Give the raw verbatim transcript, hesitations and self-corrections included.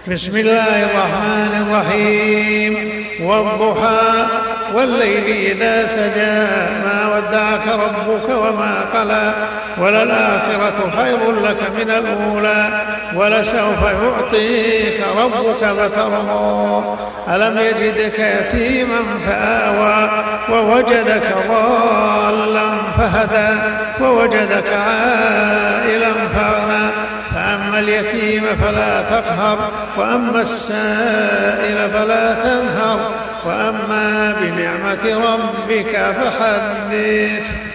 بسم الله الرحمن الرحيم. والضحى والليل إذا سجى ما ودعك ربك وما قلى وللآخرة خير لك من الأولى ولسوف يعطيك ربك فترضى ألم يجدك يتيما فآوى ووجدك ضالا فهدى ووجدك عائلا فأغنى فأما اليتيم فلا تقهر وأما السائل فلا تنهر وأما بنعمة ربك فحدث.